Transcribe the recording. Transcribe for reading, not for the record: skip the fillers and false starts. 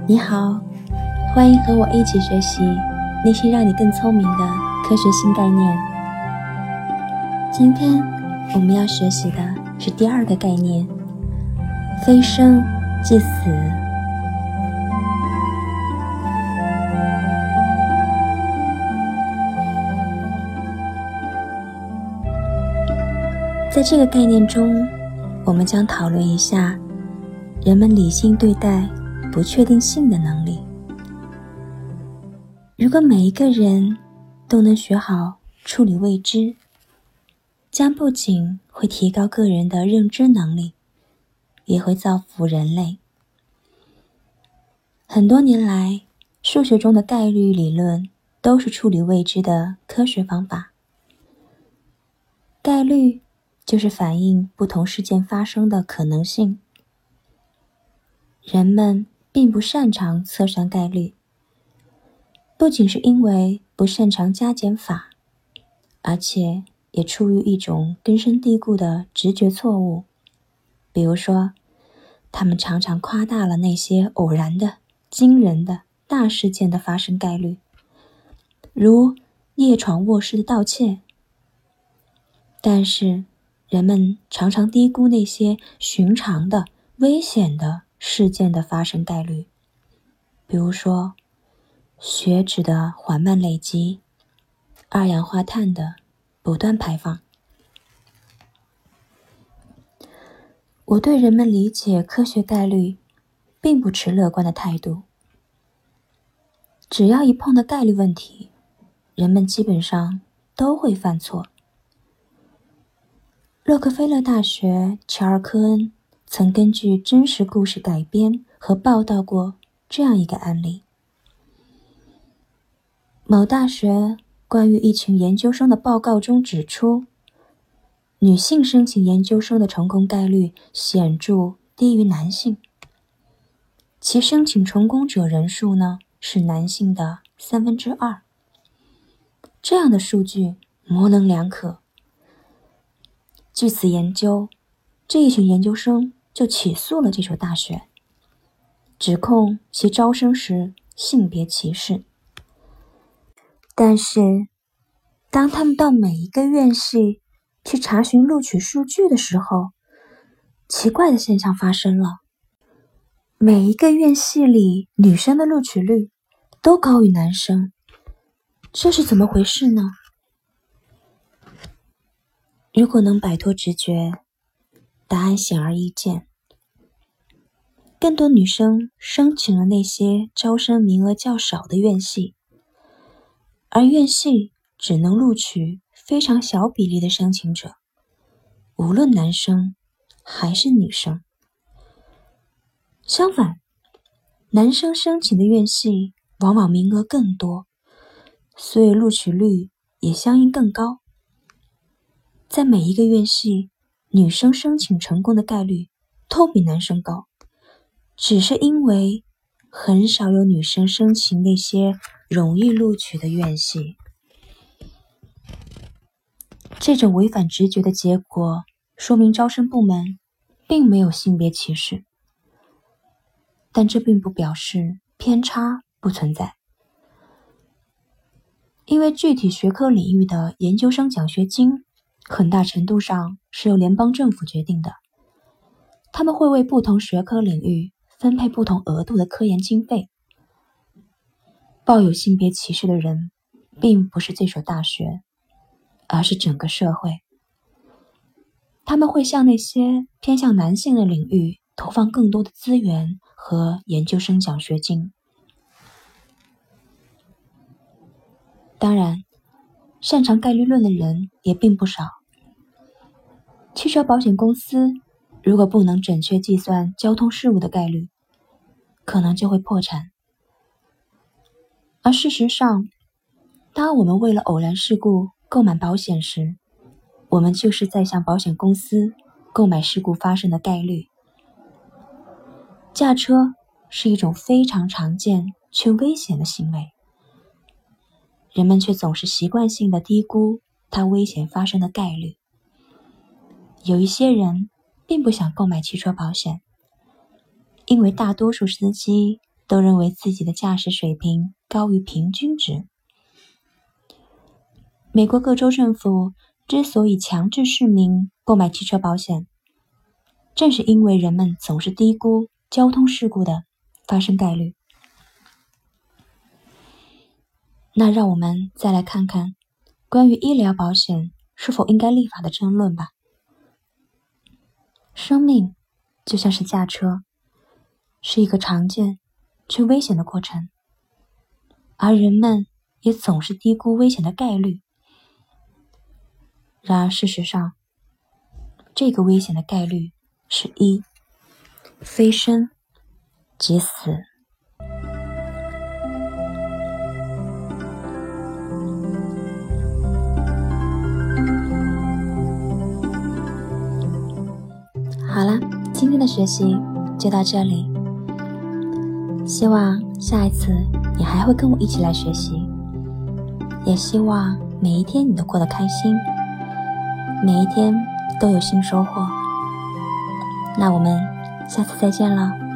你好，欢迎和我一起学习那些让你更聪明的科学新概念。今天我们要学习的是第二个概念，非生即死。在这个概念中，我们将讨论一下人们理性对待不确定性的能力。如果每一个人都能学好处理未知，将不仅会提高个人的认知能力，也会造福人类。很多年来，数学中的概率理论都是处理未知的科学方法。概率就是反映不同事件发生的可能性。人们并不擅长测算概率，不仅是因为不擅长加减法，而且也出于一种根深蒂固的直觉错误。比如说，他们常常夸大了那些偶然的、惊人的大事件的发生概率，如夜闯卧室的盗窃。但是，人们常常低估那些寻常的、危险的事件的发生概率，比如说血脂的缓慢累积，二氧化碳的不断排放。我对人们理解科学概率并不持乐观的态度。只要一碰到概率问题，人们基本上都会犯错。洛克菲勒大学乔尔·科恩曾根据真实故事改编和报道过这样一个案例。某大学关于一群研究生的报告中指出，女性申请研究生的成功概率显著低于男性，其申请成功者人数呢是男性的2/3。这样的数据模棱两可。据此研究，这一群研究生就起诉了这所大学，指控其招生时性别歧视。但是，当他们到每一个院系去查询录取数据的时候，奇怪的现象发生了。每一个院系里女生的录取率都高于男生，这是怎么回事呢？如果能摆脱直觉，答案显而易见。更多女生申请了那些招生名额较少的院系，而院系只能录取非常小比例的申请者，无论男生还是女生。相反，男生申请的院系往往名额更多，所以录取率也相应更高。在每一个院系，女生申请成功的概率都比男生高，只是因为很少有女生申请那些容易录取的院系。这种违反直觉的结果，说明招生部门并没有性别歧视，但这并不表示偏差不存在。因为具体学科领域的研究生奖学金很大程度上是由联邦政府决定的，他们会为不同学科领域分配不同额度的科研经费。抱有性别歧视的人并不是这所大学，而是整个社会。他们会向那些偏向男性的领域投放更多的资源和研究生奖学金。当然，擅长概率论的人也并不少。汽车保险公司如果不能准确计算交通事故的概率，可能就会破产。而事实上，当我们为了偶然事故购买保险时，我们就是在向保险公司购买事故发生的概率。驾车是一种非常常见却危险的行为，人们却总是习惯性的低估它危险发生的概率。有一些人并不想购买汽车保险，因为大多数司机都认为自己的驾驶水平高于平均值。美国各州政府之所以强制市民购买汽车保险，正是因为人们总是低估交通事故的发生概率。那让我们再来看看关于医疗保险是否应该立法的争论吧。生命就像是驾车，是一个常见却危险的过程，而人们也总是低估危险的概率。然而事实上，这个危险的概率是1，非生即死。好了，今天的学习就到这里，希望下一次你还会跟我一起来学习，也希望每一天你都过得开心，每一天都有新收获。那我们下次再见了。